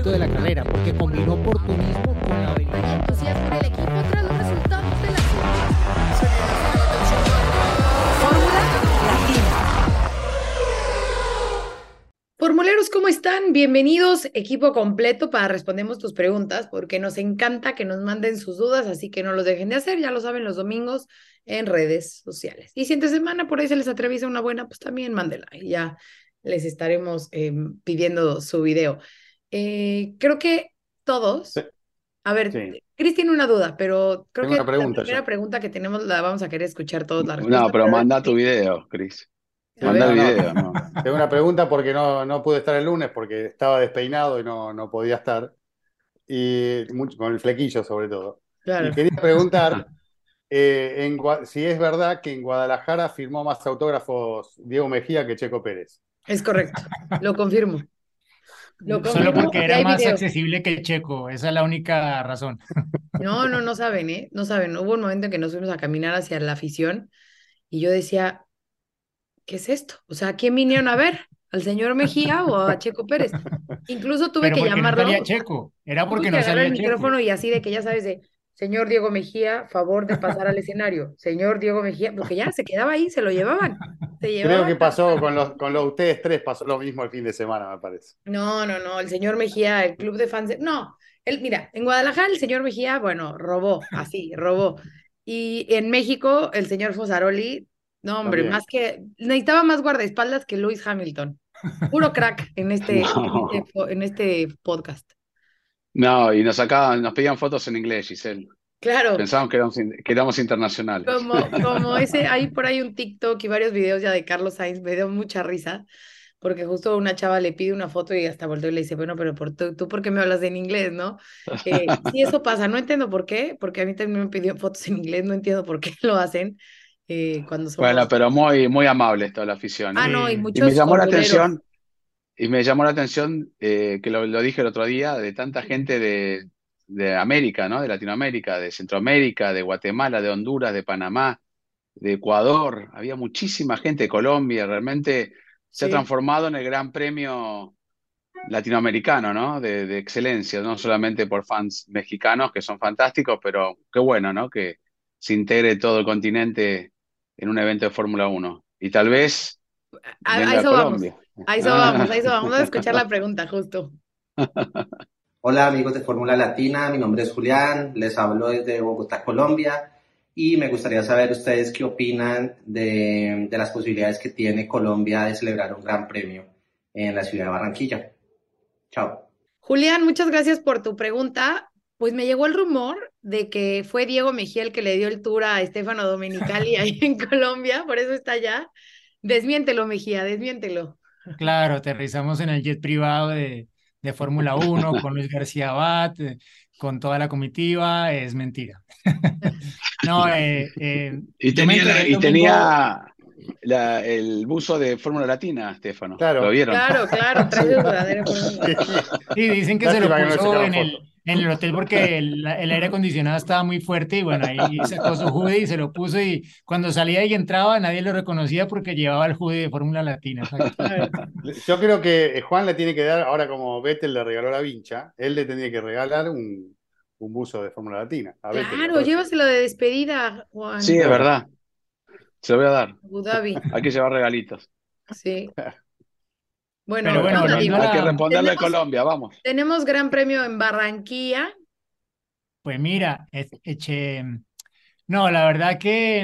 éxito de la carrera, porque combinó oportunismo con la habilidad. Hay entusiasmo en el equipo tras los resultados de la Fórmula Latina. Formuleros, ¿cómo están? Bienvenidos, equipo completo para respondemos tus preguntas, porque nos encanta que nos manden sus dudas, así que no los dejen de hacer, ya lo saben, los domingos en redes sociales. Y si entre semana por ahí se les atraviesa una buena, pues también mándela y ya les estaremos pidiendo su video. Creo que Sí, todos, a ver, sí. Cris tiene una duda, pero creo Tengo que una la pregunta primera yo. pregunta que tenemos la vamos a querer escuchar todos la No, respuesta, pero pero manda tu video, Cris. a Manda ver, el No, video, ¿no? tengo una pregunta porque no pude estar el lunes porque estaba despeinado y no podía estar. Y con el flequillo sobre todo. Y claro. quería preguntar si es verdad que en Guadalajara firmó más autógrafos Diego Mejía que Checo Pérez. Es correcto, lo confirmo. Lo Solo confirmo porque y era hay más video. accesible que Checo, esa es la única razón. No saben, ¿eh? No saben. Hubo un momento en que nos fuimos a caminar hacia la afición y yo decía, ¿qué es esto? O sea, ¿a quién vinieron a ver? ¿Al señor Mejía o a Checo Pérez? Incluso tuve Pero que porque no llamarlo, salía o sea, Checo, era tuve porque que no agarrar el salía Checo. micrófono y así de que ya sabes de, señor Diego Mejía, favor de pasar al escenario. Señor Diego Mejía, porque ya se quedaba ahí, se lo llevaban. Se Creo llevaban que tal pasó cual. con los ustedes tres, pasó lo mismo el fin de semana, me parece. No, el señor Mejía, el club de fans, no, él, mira, en Guadalajara el señor Mejía, bueno, robó, así, robó. Y en México el señor Fosaroli, no, hombre, También. más que, necesitaba más guardaespaldas que Lewis Hamilton. Puro crack No, en este podcast. no, y nos pedían fotos en inglés, Giselle. Claro, Pensaban que éramos internacionales. como ese, hay por ahí un TikTok y varios videos ya de Carlos Sainz, me dio mucha risa, porque justo una chava le pide una foto y hasta volteó y le dice, bueno, pero tú ¿por qué me hablas en inglés, no? Sí, eso pasa, no entiendo por qué, porque a mí también me pidió fotos en inglés, no entiendo por qué lo hacen cuando Bueno, somos... pero muy, muy amable toda la afición, Ah, ¿eh? no, y Sí, Y me muchos llamó la formuleros. atención, que lo dije el otro día, de tanta gente de América, ¿no? De Latinoamérica, de Centroamérica, de Guatemala, de Honduras, de Panamá, de Ecuador. Había muchísima gente de Colombia. Realmente se ha Sí. transformado en el Gran Premio latinoamericano, ¿no? De excelencia, no solamente por fans mexicanos, que son fantásticos, pero qué bueno, ¿no? Que se integre todo el continente en un evento de Fórmula Uno. Y tal vez A venga a eso vamos, Colombia. a eso vamos, a eso vamos. Vamos a escuchar la pregunta justo. Hola amigos de Fórmula Latina, mi nombre es Julián, les hablo desde Bogotá, Colombia, y me gustaría saber ustedes qué opinan de las posibilidades que tiene Colombia de celebrar un gran premio en la ciudad de Barranquilla. Chao. Julián, muchas gracias por tu pregunta. Pues me llegó el rumor de que fue Diego Mejía el que le dio el tour a Estefano Domenicali ahí en Colombia, por eso está allá. Desmiéntelo, Mejía, desmiéntelo. claro, aterrizamos en el jet privado de Fórmula Uno con Luis García Abad, con toda la comitiva, es mentira. No, Y yo me tenía, enteré el y domingo. tenía el buzo de Fórmula Latina, Estefano. ¿Lo Claro. vieron? Claro, trae Sí. su sudadera por un lado. Sí. Sí, dicen que se lo Lástima que no le puso sacaron foto. en el hotel porque el aire acondicionado estaba muy fuerte y bueno, ahí sacó su hoodie y se lo puso y cuando salía y entraba nadie lo reconocía porque llevaba el hoodie de Fórmula Latina, exacto. Claro, Yo creo que Juan le tiene que dar, ahora como Vettel le regaló la vincha, él le tendría que regalar un buzo de Fórmula Latina a Vettel, me claro, parece. llévaselo de despedida, Sí, Juan. es Claro. verdad. Se lo voy a dar. Abu Dhabi. Hay que llevar regalitos. Sí. Bueno, Pero ¿qué bueno, onda? Bueno, volviendo a hay que la, responderle a Colombia, vamos. Tenemos gran premio en Barranquilla. pues mira, no, la verdad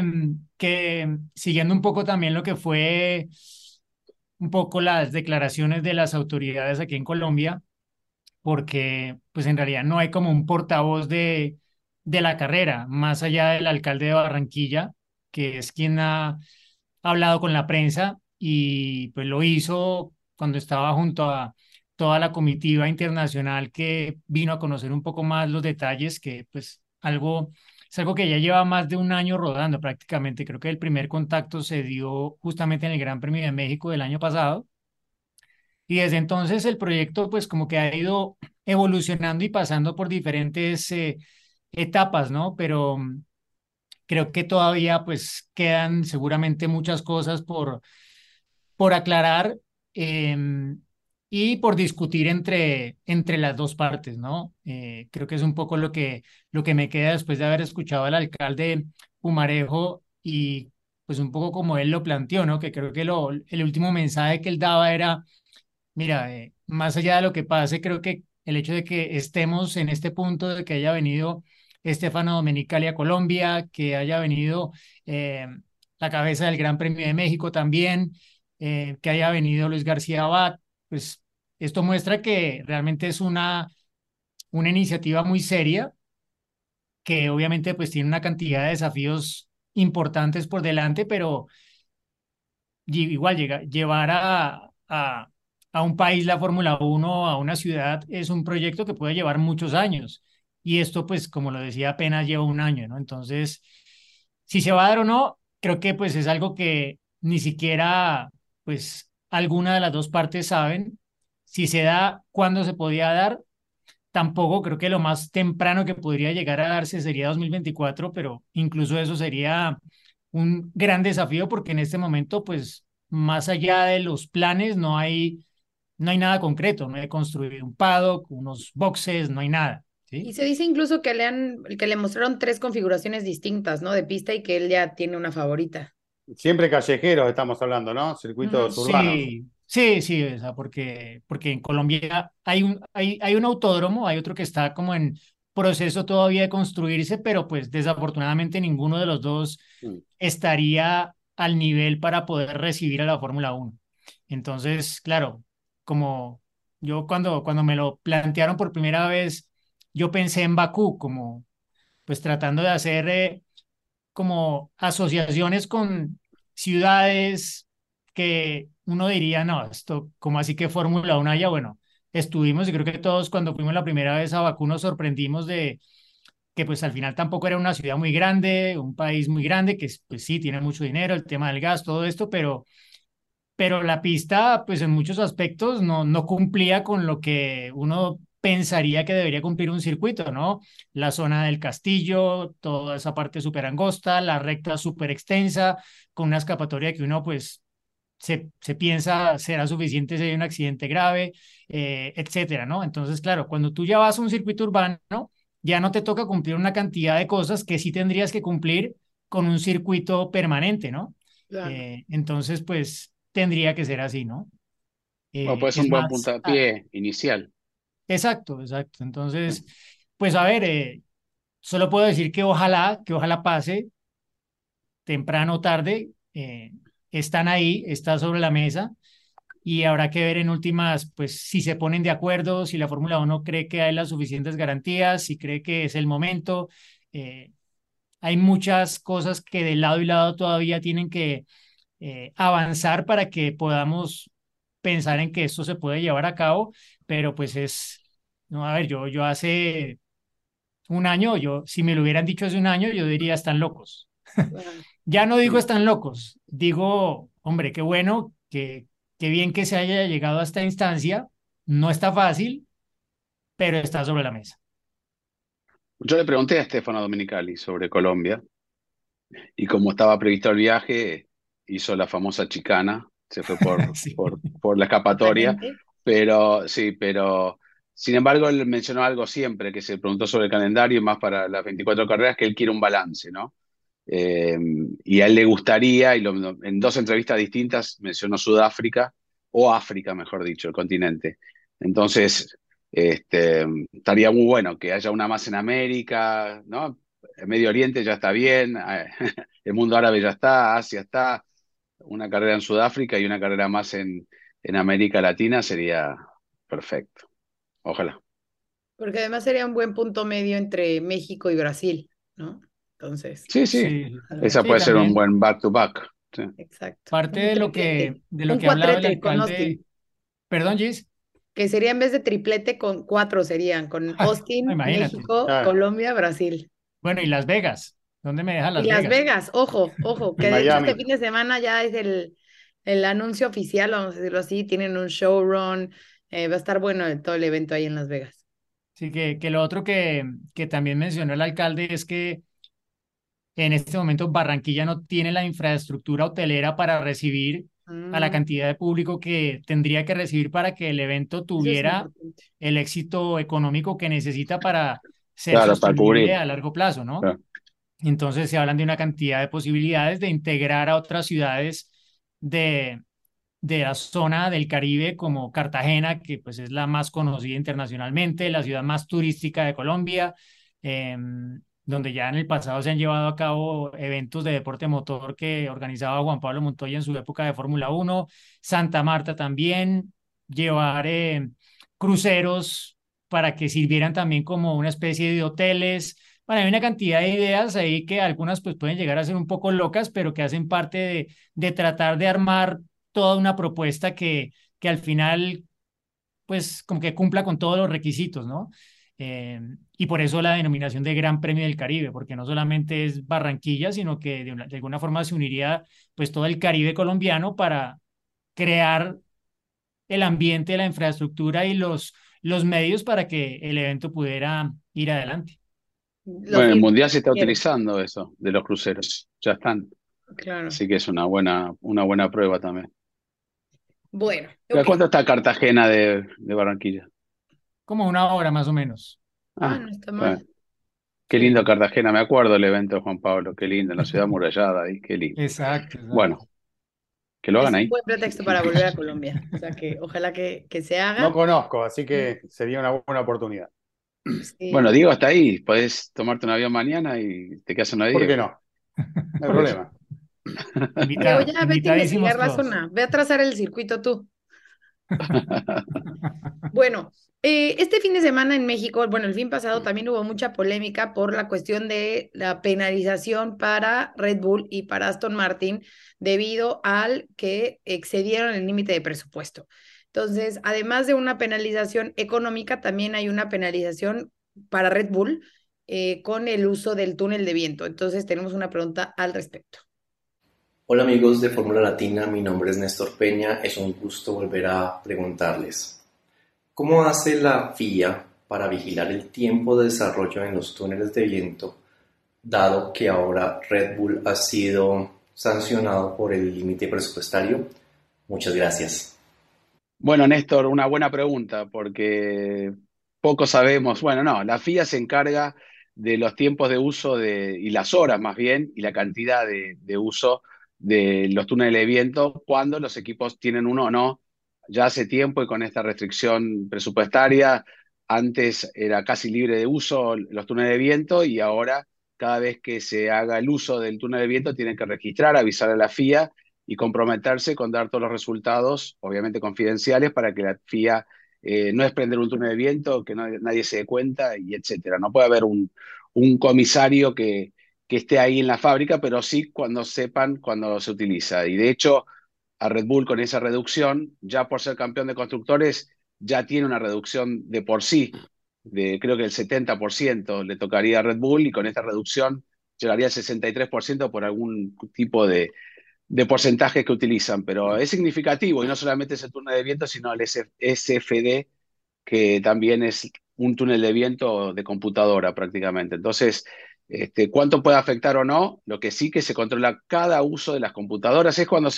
que siguiendo un poco también lo que fue un poco las declaraciones de las autoridades aquí en Colombia, porque pues en realidad no hay como un portavoz de la carrera, más allá del alcalde de Barranquilla, que es quien ha hablado con la prensa y pues lo hizo cuando estaba junto a toda la comitiva internacional que vino a conocer un poco más los detalles, que pues es algo que ya lleva más de un año rodando prácticamente. Creo que el primer contacto se dio justamente en el Gran Premio de México del año pasado y desde entonces el proyecto pues como que ha ido evolucionando y pasando por diferentes etapas, ¿no? Pero creo que todavía pues quedan seguramente muchas cosas por aclarar. y por discutir entre las dos partes, ¿no? Creo que es un poco lo que me queda después de haber escuchado al alcalde Pumarejo y pues un poco como él lo planteó, ¿no? Que creo que el último mensaje que él daba era, mira, más allá de lo que pase, creo que el hecho de que estemos en este punto de que haya venido Estefano Domenicali a Colombia, que haya venido la cabeza del Gran Premio de México también, que haya venido Luis García Abad, pues esto muestra que realmente es una iniciativa muy seria, que obviamente pues tiene una cantidad de desafíos importantes por delante, pero igual llevar a un país la Fórmula 1 a una ciudad es un proyecto que puede llevar muchos años. Y esto, pues, como lo decía, apenas lleva un año, ¿no? Entonces, si se va a dar o no, creo que pues es algo que ni siquiera, pues, alguna de las dos partes saben. Si se da, cuándo se podía dar, tampoco creo que lo más temprano que podría llegar a darse sería 2024, pero incluso eso sería un gran desafío porque en este momento, pues, más allá de los planes, no hay nada concreto, no hay construir un paddock, unos boxes, no hay nada, Y ¿sí? se dice incluso que le mostraron tres configuraciones distintas, ¿no? De pista y que él ya tiene una favorita. Siempre callejeros estamos hablando, ¿no? Circuitos Ujú. urbanos. Sí, sí, sí, o sea, porque en Colombia hay un autódromo, hay otro que está como en proceso todavía de construirse, pero pues desafortunadamente ninguno de los dos Mm. estaría al nivel para poder recibir a la Fórmula 1. Entonces, claro, como yo cuando me lo plantearon por primera vez, yo pensé en Bakú, como pues tratando de hacer como asociaciones con ciudades que uno diría, no, esto, como así que Fórmula 1 haya, bueno, estuvimos y creo que todos cuando fuimos la primera vez a Bakú nos sorprendimos de que pues al final tampoco era una ciudad muy grande, un país muy grande, que pues sí, tiene mucho dinero, el tema del gas, todo esto, pero la pista, pues en muchos aspectos no cumplía con lo que uno pensaría que debería cumplir un circuito, ¿no? La zona del castillo, toda esa parte súper angosta, la recta súper extensa, con una escapatoria que uno, pues, se piensa será suficiente si hay un accidente grave, etcétera, ¿no? Entonces, claro, cuando tú ya vas a un circuito urbano, ya no te toca cumplir una cantidad de cosas que sí tendrías que cumplir con un circuito permanente, ¿no? Claro. Entonces, pues tendría que ser así, ¿no? Bueno, pues Es un buen más, puntapié inicial. exacto, exacto. Sí. Entonces, pues a ver, solo puedo decir que ojalá pase, temprano o tarde, están ahí, está sobre la mesa y habrá que ver en últimas, pues si se ponen de acuerdo, si la Fórmula 1 cree que hay las suficientes garantías, si cree que es el momento. eh, Hay muchas cosas que de lado y lado todavía tienen que avanzar para que podamos pensar en que esto se puede llevar a cabo, pero pues no, a ver, yo hace un año, si me lo hubieran dicho hace un año, yo diría están locos. Claro. Ya no digo Mm. están locos, digo, hombre, qué bueno, qué bien que se haya llegado a esta instancia, no está fácil, pero está sobre la mesa. Yo le pregunté a Stefano Domenicali sobre Colombia y como estaba previsto el viaje, hizo la famosa chicana, se fue Sí. por la escapatoria, Totalmente. pero sí, pero sin embargo él mencionó algo siempre, que se preguntó sobre el calendario, más para las 24 carreras, que él quiere un balance, ¿no? Eh, y a él le gustaría, en dos entrevistas distintas mencionó Sudáfrica, o África, mejor dicho, el continente. Entonces, estaría muy bueno que haya una más en América, ¿no? El Medio Oriente ya está bien, el mundo árabe ya está, Asia está, una carrera en Sudáfrica y una carrera más en América Latina sería perfecto. Ojalá. Porque además sería un buen punto medio entre México y Brasil, ¿no? Entonces, Sí, sí, Sí, esa sí, puede ser un también buen back-to-back. Sí. exacto. parte Un triplete. de lo Un que hablaba el cuatrete con alcalde, Austin. perdón, Gis, Que sería en vez de triplete con cuatro serían, con no, Austin, imagínate. México, Ah, Colombia, Brasil. Bueno, y Las Vegas, ¿dónde me deja Y Las Las Vegas? Vegas, ojo, ojo, y que de hecho este Miami. fin de semana ya es el anuncio oficial, vamos a decirlo así, tienen un showrun, va a estar bueno todo el evento ahí en Las Vegas. Sí, que lo otro que también mencionó el alcalde es que en este momento Barranquilla no tiene la infraestructura hotelera para recibir a la Mm, cantidad de público que tendría que recibir para que el evento eso es tuviera importante. el éxito económico que necesita para ser Claro, para sostenible cubrir. a largo plazo, ¿no? Claro. Entonces se hablan de una cantidad de posibilidades de integrar a otras ciudades de, de la zona del Caribe como Cartagena, que pues es la más conocida internacionalmente, la ciudad más turística de Colombia, eh, donde ya en el pasado se han llevado a cabo eventos de deporte motor que organizaba Juan Pablo Montoya en su época de Fórmula 1. Santa Marta también, llevar cruceros para que sirvieran también como una especie de hoteles. Bueno, hay una cantidad de ideas ahí que algunas pues pueden llegar a ser un poco locas, pero que hacen parte de tratar de armar toda una propuesta que al final, pues, como que cumpla con todos los requisitos, ¿no? Y por eso la denominación de Gran Premio del Caribe, porque no solamente es Barranquilla, sino que de alguna forma se uniría, pues, todo el Caribe colombiano para crear el ambiente, la infraestructura y los medios para que el evento pudiera ir adelante. Lo Bueno, el firmo, Mundial se está quiero. utilizando eso, de los cruceros. Ya están. Claro. Así que es una buena prueba también. Bueno, ¿A ok. cuánto está Cartagena de Barranquilla? Como una hora más o menos. Ah, Ah, no está está mal. bien. Qué Sí. lindo Cartagena, me acuerdo del evento de Juan Pablo, qué lindo, en la ciudad amurallada ahí, qué lindo. Exacto, Bueno, exacto. que lo Es hagan un ahí. buen pretexto para volver a Colombia. O sea que ojalá que se No haga. conozco, así Y que sería una buena oportunidad. sí. Bueno, Diego, hasta ahí, podés tomarte un avión mañana y te quedas uno de ¿Por qué Diego. no? No hay Por eso. problema. Diego, ya vete a Invitadísimos investigar la todos. zona. Ve a trazar el circuito tú. Bueno, este fin de semana en México, bueno, el fin pasado también hubo mucha polémica por la cuestión de la penalización para Red Bull y para Aston Martin debido al que excedieron el límite de presupuesto. Entonces, además de una penalización económica, también hay una penalización para Red Bull con el uso del túnel de viento. Entonces, tenemos una pregunta al respecto. Hola amigos de Fórmula Latina, mi nombre es Néstor Peña, es un gusto volver a preguntarles, ¿cómo hace la FIA para vigilar el tiempo de desarrollo en los túneles de viento, dado que ahora Red Bull ha sido sancionado por el límite presupuestario? Muchas gracias. Bueno, Néstor, una buena pregunta, porque poco sabemos. Bueno, no, la FIA se encarga de los tiempos de uso y las horas más bien, y la cantidad de uso de los túneles de viento cuando los equipos tienen uno o no. Ya hace tiempo y con esta restricción presupuestaria, antes era casi libre de uso los túneles de viento y ahora cada vez que se haga el uso del túnel de viento tienen que registrar, avisar a la FIA y comprometerse con dar todos los resultados, obviamente confidenciales, para que la FIA no es prender un túnel de viento, que nadie se dé cuenta, y etcétera. No puede haber un comisario que esté ahí en la fábrica, pero sí cuando sepan cuando se utiliza. Y de hecho, a Red Bull con esa reducción, ya por ser campeón de constructores, ya tiene una reducción de por sí, de creo que el 70% le tocaría a Red Bull, y con esta reducción llegaría al 63% por algún tipo de porcentajes que utilizan, pero es significativo y no solamente es el túnel de viento, sino el SFD, que también es un túnel de viento de computadora prácticamente. Entonces, ¿cuánto puede afectar o no? Lo que sí que se controla cada uso de las computadoras es cuando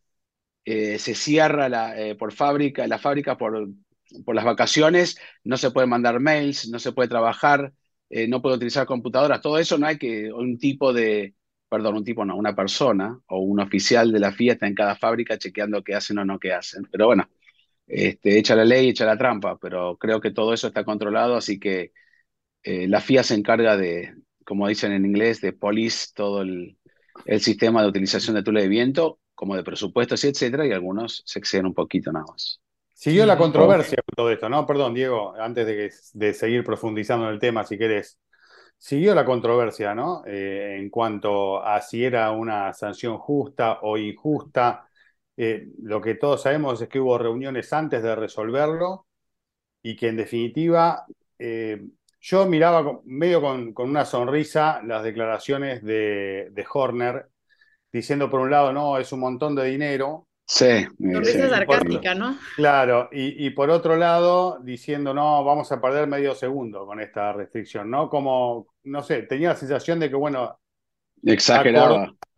se cierra por fábrica, la fábrica por las vacaciones, no se puede mandar mails, no se puede trabajar, no puede utilizar computadoras, todo eso no hay que, perdón, un tipo no, una persona o un oficial de la FIA está en cada fábrica chequeando qué hacen o no qué hacen. Pero bueno, echa la ley, echa la trampa, pero creo que todo eso está controlado, así que la FIA se encarga de, como dicen en inglés, de police todo el sistema de utilización de túnel de viento, como de presupuestos y etcétera, y algunos se exceden un poquito nada más. Siguió Sí, la sí. Ok. controversia con todo esto, ¿no? Perdón, Diego, antes de seguir profundizando en el tema, si querés. Siguió la controversia, ¿no? En cuanto a si era una sanción justa o injusta. Lo que todos sabemos es que hubo reuniones antes de resolverlo y que en definitiva yo miraba medio con una sonrisa las declaraciones de Horner, diciendo por un lado, no, es un montón de dinero, Sí, sí. Sonrisa y por, sarcástica, ¿no? claro, y por otro lado, diciendo, no, vamos a perder medio segundo con esta restricción, ¿no? Como, no sé, tenía la sensación de que, bueno, acordó, Exageraba.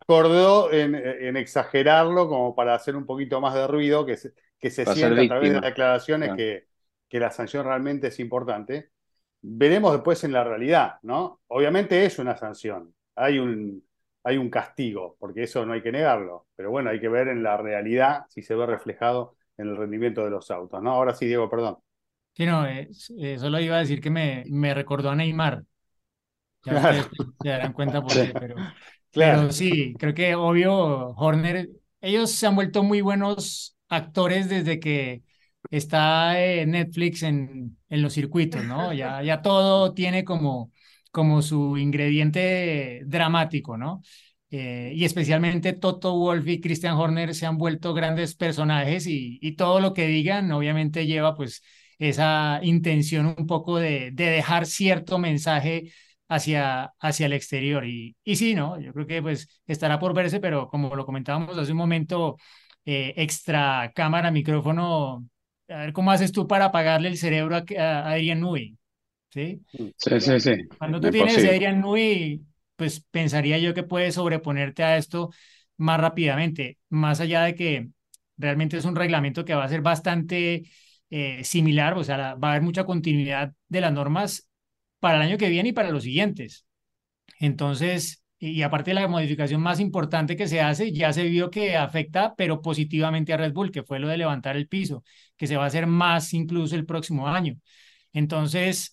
acordó en exagerarlo como para hacer un poquito más de ruido, que se Para ser sienta a través de víctima. declaraciones Claro. que la sanción realmente es importante. Veremos después en la realidad, ¿no? Obviamente es una sanción, hay un castigo, porque eso no hay que negarlo, pero bueno, hay que ver en la realidad si se ve reflejado en el rendimiento de los autos, ¿no? Ahora sí, Diego, perdón. Sí, no, solo iba a decir que me recordó a Neymar. Ya ustedes Claro, se darán cuenta por Sí. qué, pero claro. sí, creo que obvio, Horner, ellos se han vuelto muy buenos actores desde que está Netflix en los circuitos, ¿no? Ya todo tiene como su ingrediente dramático, ¿no? Y especialmente Toto Wolff y Christian Horner se han vuelto grandes personajes y todo lo que digan obviamente lleva pues esa intención un poco de dejar cierto mensaje hacia el exterior. Y sí, ¿no? Yo creo que pues estará por verse, pero como lo comentábamos hace un momento, extra cámara, micrófono, a ver cómo haces tú para apagarle el cerebro a Adrian Newey, ¿sí? Sí, sí, sí. Cuando tú tienes a Imposible. Adrian Newey, pues pensaría yo que puedes sobreponerte a esto más rápidamente, más allá de que realmente es un reglamento que va a ser bastante similar, o sea, va a haber mucha continuidad de las normas para el año que viene y para los siguientes. Entonces, y aparte de la modificación más importante que se hace, ya se vio que afecta, pero positivamente a Red Bull, que fue lo de levantar el piso, que se va a hacer más incluso el próximo año. Entonces,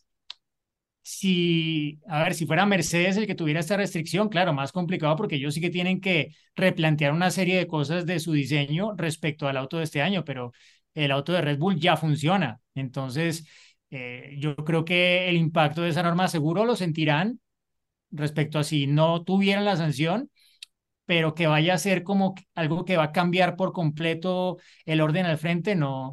si, a ver, si fuera Mercedes el que tuviera esta restricción, claro, más complicado porque ellos sí que tienen que replantear una serie de cosas de su diseño respecto al auto de este año, pero el auto de Red Bull ya funciona. Entonces, yo creo que el impacto de esa norma seguro lo sentirán respecto a si no tuvieran la sanción, pero que vaya a ser como algo que va a cambiar por completo el orden al frente,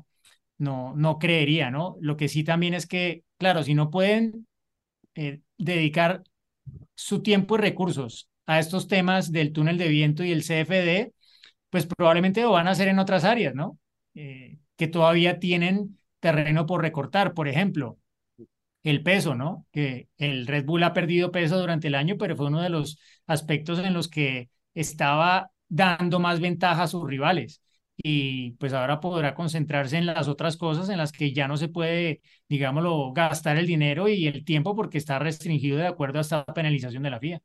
no creería, ¿no? Lo que sí también es que, claro, si no pueden dedicar su tiempo y recursos a estos temas del túnel de viento y el CFD, pues probablemente lo van a hacer en otras áreas, ¿no? Que todavía tienen terreno por recortar. Por ejemplo, el peso, ¿no? Que el Red Bull ha perdido peso durante el año, pero fue uno de los aspectos en los que estaba dando más ventaja a sus rivales. Y pues ahora podrá concentrarse en las otras cosas en las que ya no se puede, digámoslo, gastar el dinero y el tiempo porque está restringido de acuerdo a esta penalización de la FIA.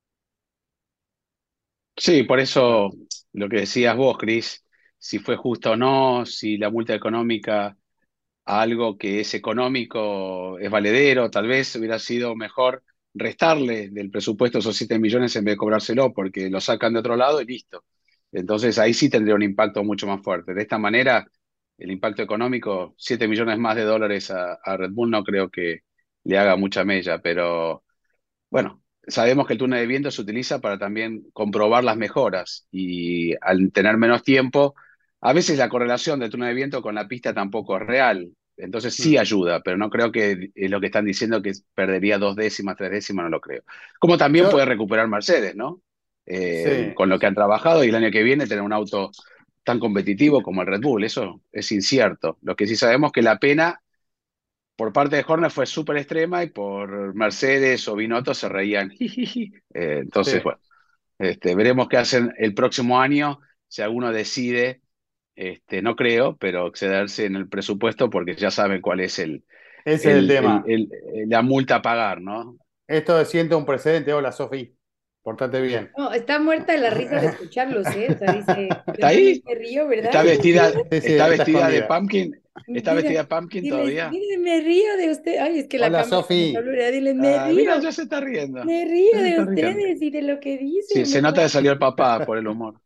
Sí, por eso lo que decías vos, Cris, si fue justo o no, si la multa económica a algo que es económico es valedero, tal vez hubiera sido mejor restarle del presupuesto esos 7 millones en vez de cobrárselo, porque lo sacan de otro lado y listo. Entonces ahí sí tendría un impacto mucho más fuerte. De esta manera, el impacto económico, 7 millones más de dólares a Red Bull no creo que le haga mucha mella, pero bueno, sabemos que el túnel de viento se utiliza para también comprobar las mejoras y al tener menos tiempo, a veces la correlación del túnel de viento con la pista tampoco es real. Entonces sí Mm. ayuda, pero no creo que es lo que están diciendo que perdería 2 décimas, 3 décimas, no lo creo. Como también puede Yo, recuperar Mercedes, ¿no? sí, Con lo que han trabajado y el año que viene tener un auto tan competitivo como el Red Bull, eso es incierto. Lo que sí sabemos que la pena por parte de Horner fue súper extrema y por Mercedes o Binotto se reían. Jijiji. Entonces, sí. bueno, veremos qué hacen el próximo año, si alguno decide, no creo, pero excederse en el presupuesto porque ya saben cuál es Ese es el tema. la multa a pagar, ¿no? Esto siento un precedente. Hola, Sofi. Portate bien. No, está muerta de la risa de escucharlos, ¿eh? O sea, dice, yo ¿Está también ahí? me río, ¿verdad? ¿Está vestida, Sí, sí, está está vestida de escondida. pumpkin? ¿Está Mira, vestida de pumpkin diles, todavía? mire, me río de usted. Ay, es que la Hola, cámara se nos Sofi. habla, ¿verdad? Diles, Ah, mira, ya se está riendo. me río Ya se de está riendo. ustedes y de lo que Sí, dicen, se nota que ¿verdad? salió el papá por el humor.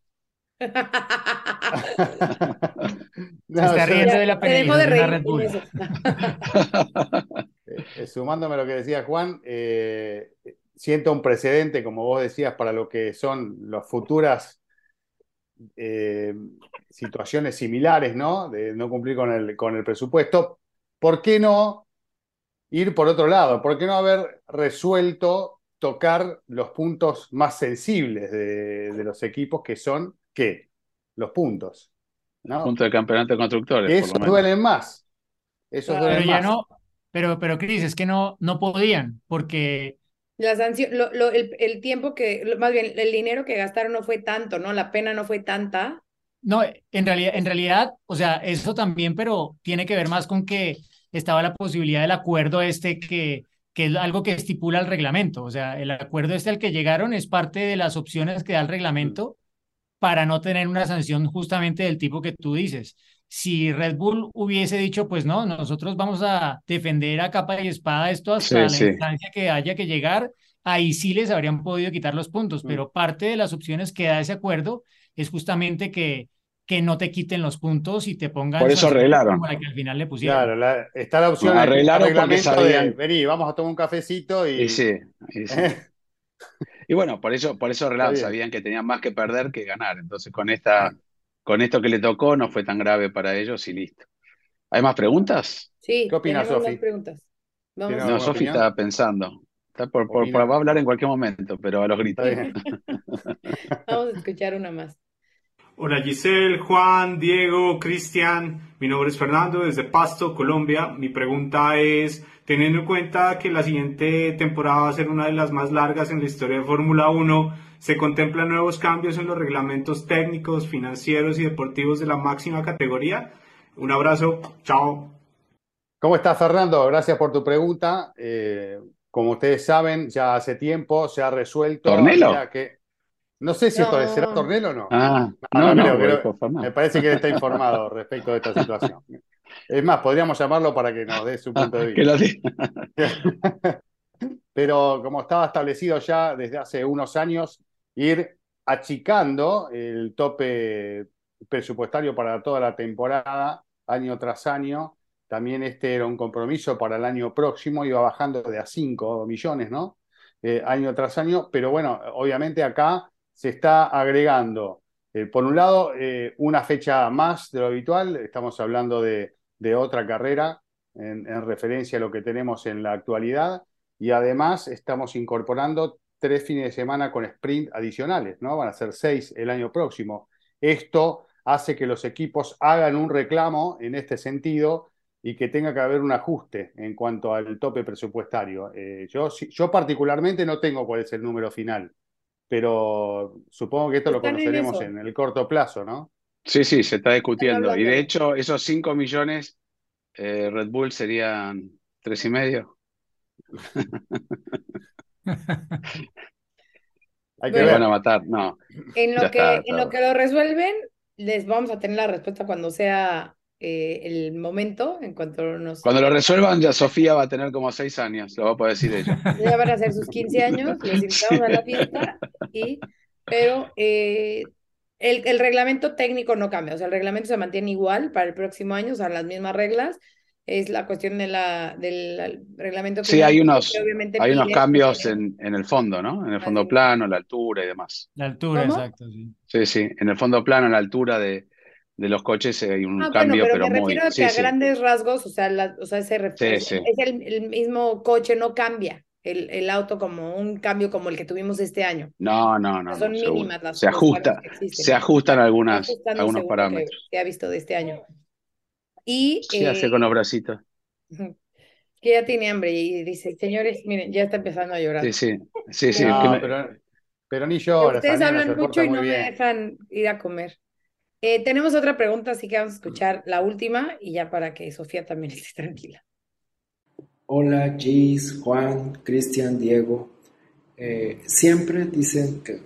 Se No, está yo, riendo Ya, de la se dejó de penalización a reír Red con Bull. eso. sumándome a lo que decía Juan, siento un precedente, como vos decías, para lo que son las futuras eh, situaciones similares, ¿no? De no cumplir con el presupuesto. ¿Por qué no ir por otro lado? ¿Por qué no haber resuelto tocar los puntos más sensibles de los equipos, que son, ¿qué? Los puntos, ¿no? Punto de campeonato de constructores, Que por lo esos menos. duelen más, esos Pero duelen Claro. ya más. no, pero Cris, es que no podían, porque La sanción, el tiempo más bien, el dinero que gastaron no fue tanto, ¿no? La pena no fue tanta. No, en realidad, o sea, eso también, pero tiene que ver más con que estaba la posibilidad del acuerdo este que es algo que estipula el reglamento. O sea, el acuerdo este al que llegaron es parte de las opciones que da el Mm. reglamento para no tener una sanción justamente del tipo que tú dices. Si Red Bull hubiese dicho, pues no, nosotros vamos a defender a capa y espada esto Sí, hasta la sí. instancia que haya que llegar, ahí sí les habrían podido quitar los puntos, Mm. pero parte de las opciones que da ese acuerdo es justamente que no te quiten los puntos y te pongan Por eso sanciones como arreglaron. la que al final le pusieron. Claro, está la opción en el mismo Arreglaron porque reglamento de, sabían, vení, vamos a tomar un cafecito y y sí, y sí. Y bueno, por eso está arreglaron, bien. sabían que tenían más que perder que ganar. Entonces, con esto que le tocó, no fue tan grave para ellos y listo. ¿Hay más preguntas? ¿Qué Sí, opinas, tenemos más Sofi? preguntas. ¿Tienes Vamos. No, alguna Sofi opinión? estaba pensando. Va a ¿Opina? hablar en cualquier momento, pero a los Está gritos. bien. Vamos a escuchar una más. Hola Giselle, Juan, Diego, Cristian, mi nombre es Fernando desde Pasto, Colombia. Mi pregunta es, teniendo en cuenta que la siguiente temporada va a ser una de las más largas en la historia de Fórmula Uno, ¿se contemplan nuevos cambios en los reglamentos técnicos, financieros y deportivos de la máxima categoría? Un abrazo, chao. ¿Cómo estás, Fernando? Gracias por tu pregunta. Como ustedes saben, ya hace tiempo se ha resuelto a ¿Tornelo? medida que... No sé si esto será No, Tornelo o no. Ah, No, no, no no, creo, porque dijo me Fernando. parece que él está informado respecto de esta situación. Es más, podríamos llamarlo para que nos dé su punto de Que lo vista. diga. Pero como estaba establecido ya desde hace unos años, ir achicando el tope presupuestario para toda la temporada, año tras año. También este era un compromiso para el año próximo, iba bajando de a 5 millones, ¿no? Año tras año, pero bueno, obviamente acá se está agregando, por un lado, una fecha más de lo habitual, estamos hablando de otra carrera en referencia a lo que tenemos en la actualidad, y además estamos incorporando 3 fines de semana con sprint adicionales, ¿no? Van a ser 6 el año próximo. Esto hace que los equipos hagan un reclamo en este sentido y que tenga que haber un ajuste en cuanto al tope presupuestario. Yo particularmente no tengo cuál es el número final, pero supongo que esto lo están en conoceremos eso, en el corto plazo, ¿no? Sí, sí, se está están discutiendo. Y de hablándolo. hecho, esos 5 millones, Red Bull serían 3,5. Hay que Los van a Bueno, ver. matar. No, en ya lo que, está en lo todo. que lo resuelven, les vamos a tener la respuesta cuando sea el momento, en cuanto nos Cuando lo resuelvan, ya Sofía va a tener como 6 años, lo va a poder decir ella. ya van a hacer sus 15 años, los Sí. invitamos a la fiesta, pero el reglamento técnico no cambia, o sea, el reglamento se mantiene igual para el próximo año, o sea, las mismas reglas, es la cuestión del reglamento Sí, hay financiero que unos, obviamente hay unos pide un cambios dinero en el fondo, ¿no? En el más fondo dinero. plano, la altura y demás. La altura, ¿Cómo? exacto, sí. Sí, sí, en el fondo plano, en la altura de los coches hay un Ah, bueno, cambio, pero pero me refiero muy... a que Sí, a sí, grandes rasgos, o sea, sí, sí. es el mismo coche, no cambia el auto como un cambio como el que tuvimos este año. No, no, no, no, Son seguro. mínimas Se los cambios ajusta, que se existen. ajustan Exacto. Se va ajustando algunos según lo que parámetros. se ha visto de este año. Y ¿Qué hace con los bracitos? que ya tiene hambre y dice, señores, miren, ya está empezando a Sí, llorar. sí, sí, sí. No, pero ni llora, esa Ustedes nena hablan se mucho porta y muy no me bien. dejan ir a comer. Tenemos otra pregunta, así que vamos a escuchar la última y ya para que Sofía también esté tranquila. Hola Gis, Juan, Cristian, Diego. Siempre dicen que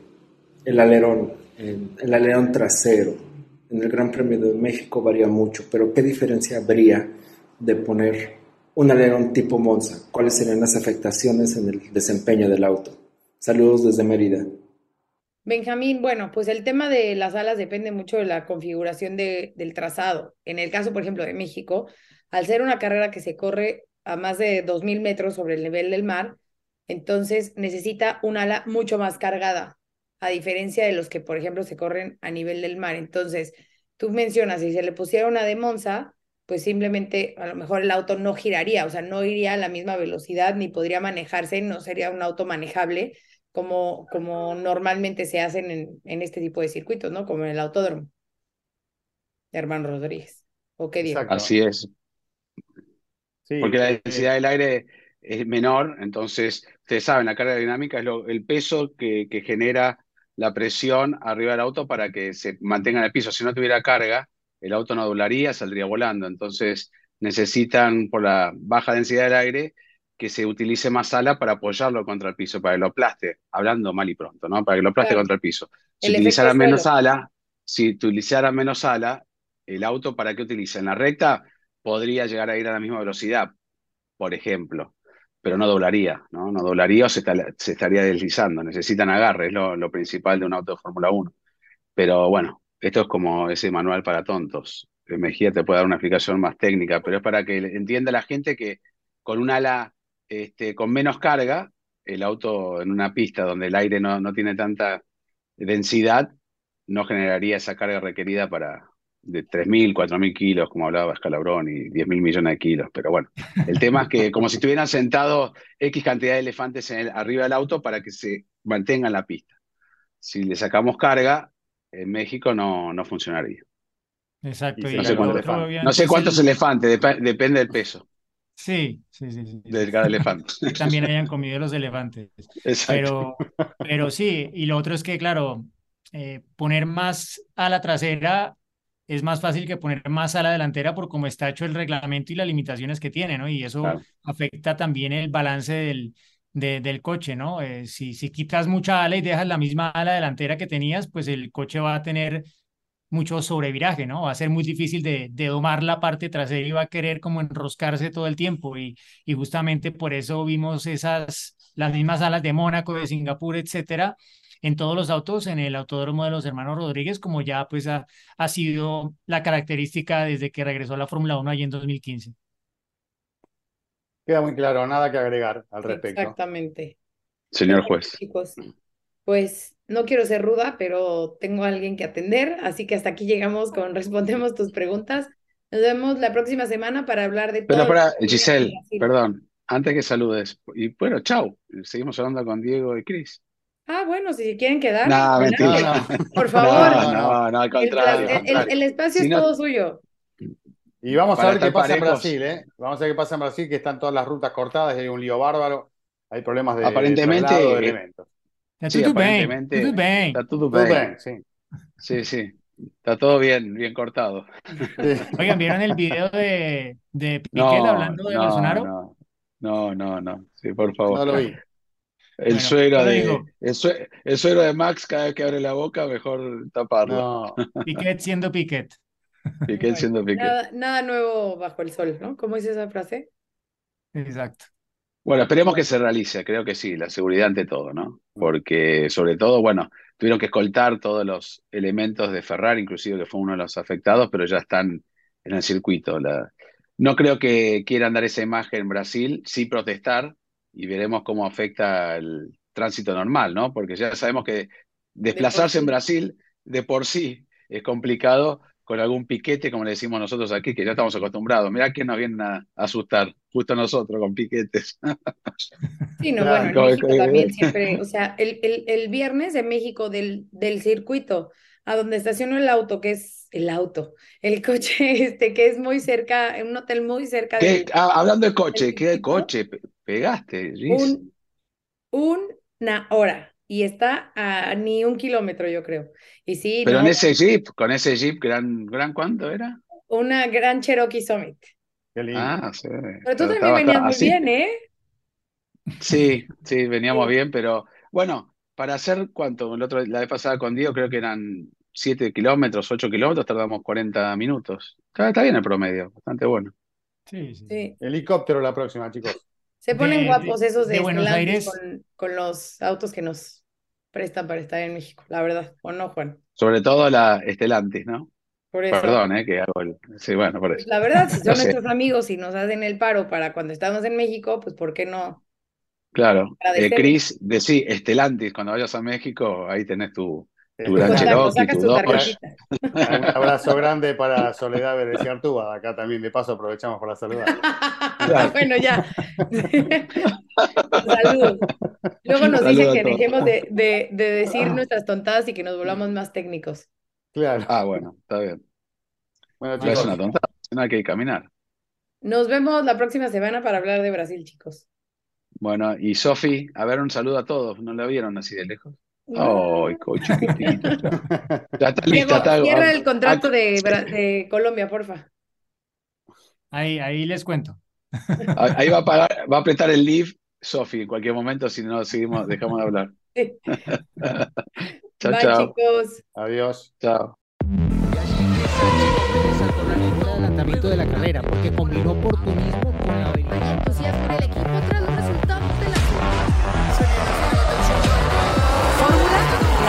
el alerón trasero en el Gran Premio de México varía mucho, pero ¿qué diferencia habría de poner un alerón tipo Monza? ¿Cuáles serían las afectaciones en el desempeño del auto? Saludos desde Mérida. Benjamín, bueno, pues el tema de las alas depende mucho de la configuración del trazado. En el caso, por ejemplo, de México, al ser una carrera que se corre a más de 2000 metros sobre el nivel del mar, entonces necesita un ala mucho más cargada, a diferencia de los que, por ejemplo, se corren a nivel del mar. Entonces, tú mencionas, si se le pusiera una de Monza, pues simplemente a lo mejor el auto no giraría, o sea, no iría a la misma velocidad ni podría manejarse, no sería un auto manejable como normalmente se hacen en este tipo de circuitos, ¿no? Como en el autódromo de Hermano Rodríguez. ¿O qué, Diego? Exacto. Así es. Sí, Porque la densidad del aire es menor, entonces ustedes saben, la carga aerodinámica es el peso que genera la presión arriba del auto para que se mantenga en el piso. Si no tuviera carga, el auto no doblaría, saldría volando. Entonces necesitan, por la baja densidad del aire, que se utilice más ala para apoyarlo contra el piso, para que lo aplaste, hablando mal y pronto, ¿no? Para que lo aplaste Claro, contra el piso. Si el efecto utilizara menos suelo. ala, si utilizara menos ala, el auto, ¿para qué utiliza? En la recta podría llegar a ir a la misma velocidad, por ejemplo, pero no doblaría, ¿no? No doblaría o se estaría deslizando. Necesitan agarre, es lo principal de un auto de Fórmula 1. Pero bueno, esto es como ese manual para tontos. Mejía te puede dar una explicación más técnica, pero es para que entienda la gente que con un ala con menos carga, el auto en una pista donde el aire no tiene tanta densidad, no generaría esa carga requerida para de 3.000, 4.000 kilos, como hablaba Scalabrón, y 10.000 millones de kilos. Pero bueno, el tema es que como si estuvieran sentados X cantidad de elefantes arriba del auto para que se mantenga en la pista. Si le sacamos carga, en México no funcionaría. Exacto. Y se Y No sé caen los lo cuánto, otro, elefantes. no obviamente, sé es cuántos el... elefantes, depende del peso Sí, sí, sí, sí, sí, de cada elefante. que también hayan comido los elefantes. Exacto. Pero sí, y lo otro es que, claro, poner más a la trasera es más fácil que poner más a la delantera por cómo está hecho el reglamento y las limitaciones que tiene, ¿no? Y eso Claro. afecta también el balance del coche, ¿no? Si quitas mucha ala y dejas la misma ala delantera que tenías, pues el coche va a tener mucho sobreviraje, ¿no? Va a ser muy difícil de domar la parte trasera y va a querer como enroscarse todo el tiempo. Y justamente por eso vimos las mismas alas de Mónaco, de Singapur, etcétera, en todos los autos, en el autódromo de los hermanos Rodríguez, como ya pues ha sido la característica desde que regresó a la Fórmula 1 allí en 2015. Queda muy claro, nada que agregar al respecto. Exactamente. Señor Perfecto, juez. chicos. Pues no quiero ser ruda, pero tengo a alguien que atender, así que hasta aquí llegamos con respondemos tus preguntas. Nos vemos la próxima semana para hablar de Pero todo lo para, que viene en Giselle, Brasil. perdón, antes que saludes, y bueno, chau, seguimos hablando con Diego y Cris. Ah, bueno, si quieren quedar, No, No, adelante. mentira. no, Por favor, No, no, no, no, al el, no, contrario, al no. contrario. el espacio Si es no, todo suyo. Y vamos a para ver qué estar pasa en parejos, Brasil, ¿eh? Vamos a ver qué pasa en Brasil, que están todas las rutas cortadas y hay un lío bárbaro. Hay problemas de traslado de aparentemente, elementos. sí, Tudo aparentemente bem. está todo Todo bien. bien, sí. Sí, sí, está todo bien, bien cortado. Sí. Oigan, ¿vieron el video de Piquet No, hablando de no, Bolsonaro? no, no, sí, por No favor. lo vi. El Bueno, suero solo digo, el suero de Max, cada vez que abre la boca, mejor taparlo. No. Piquet siendo Piquet. Piqué Bueno, siendo Piqué. nada nuevo bajo el sol, ¿no? ¿Cómo dice esa frase? Exacto. Bueno, esperemos que Bueno, se realice, creo que sí, la seguridad ante todo, ¿no? Porque sobre todo, bueno, tuvieron que escoltar todos los elementos de Ferrari, inclusive que fue uno de los afectados, pero ya están en el circuito. No creo que quieran dar esa imagen en Brasil, sí protestar y veremos cómo afecta el tránsito normal, ¿no? Porque ya sabemos que de por desplazarse en sí. Brasil de por sí es complicado con algún piquete, como le decimos nosotros aquí, que ya estamos acostumbrados. Mirá que nos vienen a asustar, justo nosotros con piquetes. Sí, no, bueno, Claro. en México también siempre, o sea, el viernes en México del circuito a donde estaciono el auto, que es el auto, el coche que es muy cerca, en un hotel muy cerca Hablando de del coche, ¿qué circuito, coche pegaste, Gis? un, una hora y está a ni 1 kilómetro, yo creo. Y sí, Pero en no, ese Jeep, con ese Jeep, gran ¿cuánto era? una gran Cherokee Summit. Qué lindo. Ah, sí, Pero tú está también venías bastante, muy así, bien, ¿eh? sí, veníamos Sí. bien, pero bueno, para hacer cuánto, la vez pasada con Diego creo que eran 7 kilómetros, 8 kilómetros, tardamos 40 minutos. Está bien el promedio, bastante bueno. Sí, sí, sí. Sí. Helicóptero la próxima, chicos. Se ponen guapos esos de de Buenos Stellantis Aires, con los autos que nos prestan para estar en México, la verdad. ¿O no, Juan? Sobre todo la Stellantis, ¿no? Por eso. Perdón, que hago sí, bueno, por Pues eso. la verdad, si No son sé, nuestros amigos y nos hacen el paro para cuando estamos en México, pues ¿por qué no claro. agradecerles? Cris, decí Stellantis, cuando vayas a México, ahí tenés tu Tu gran contacto, Estelantis. Cherokee, sacas tu tu Y Dodge. tarjetita. un abrazo grande para Soledad Bereciartúa. Acá también, de paso, aprovechamos para saludarla. Claro. Bueno, ya. Saludos. Luego nos dicen Saludos a que todos. dejemos de decir nuestras tontadas y que nos volvamos más técnicos. Claro. Bueno, está bien. Bueno, No es chicos, una tontada, no hay que caminar. Nos vemos la próxima semana para hablar de Brasil, chicos. Bueno, y Sofi, a ver, un saludo a todos. ¿No la vieron así de lejos? ¡Ay, chiquitito! Ya está lista, Diego, está. cierra el contrato de Colombia, porfa. Ahí les cuento. Ahí va a apretar el leave, Sofi, en cualquier momento, si no seguimos, dejamos de hablar. Chao, Bye, chao. chicos. Adiós. Chao. Saltó la línea de adelantamiento de la carrera porque combinó oportunismo con la habilidad. Entusiasmo del equipo tras los resultados de la Fórmula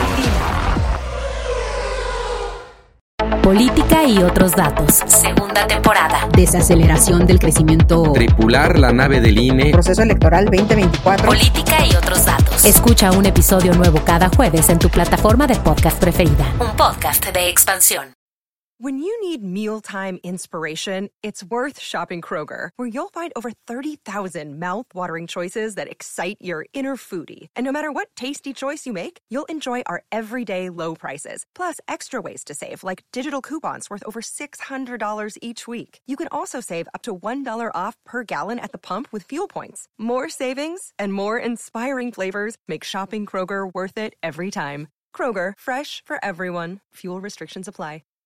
Latina. Política y otros datos. Segunda temporada. Desaceleración del crecimiento. Tripular la nave del INE. Proceso electoral 2024. Política y otros datos. Escucha un episodio nuevo cada jueves en tu plataforma de podcast preferida. Un podcast de Expansión. When you need mealtime inspiration, it's worth shopping Kroger, where you'll find over 30,000 mouth-watering choices that excite your inner foodie. And no matter what tasty choice you make, you'll enjoy our everyday low prices, plus extra ways to save, like digital coupons worth over $600 each week. You can also save up to $1 off per gallon at the pump with fuel points. More savings and more inspiring flavors make shopping Kroger worth it every time. Kroger, fresh for everyone. Fuel restrictions apply.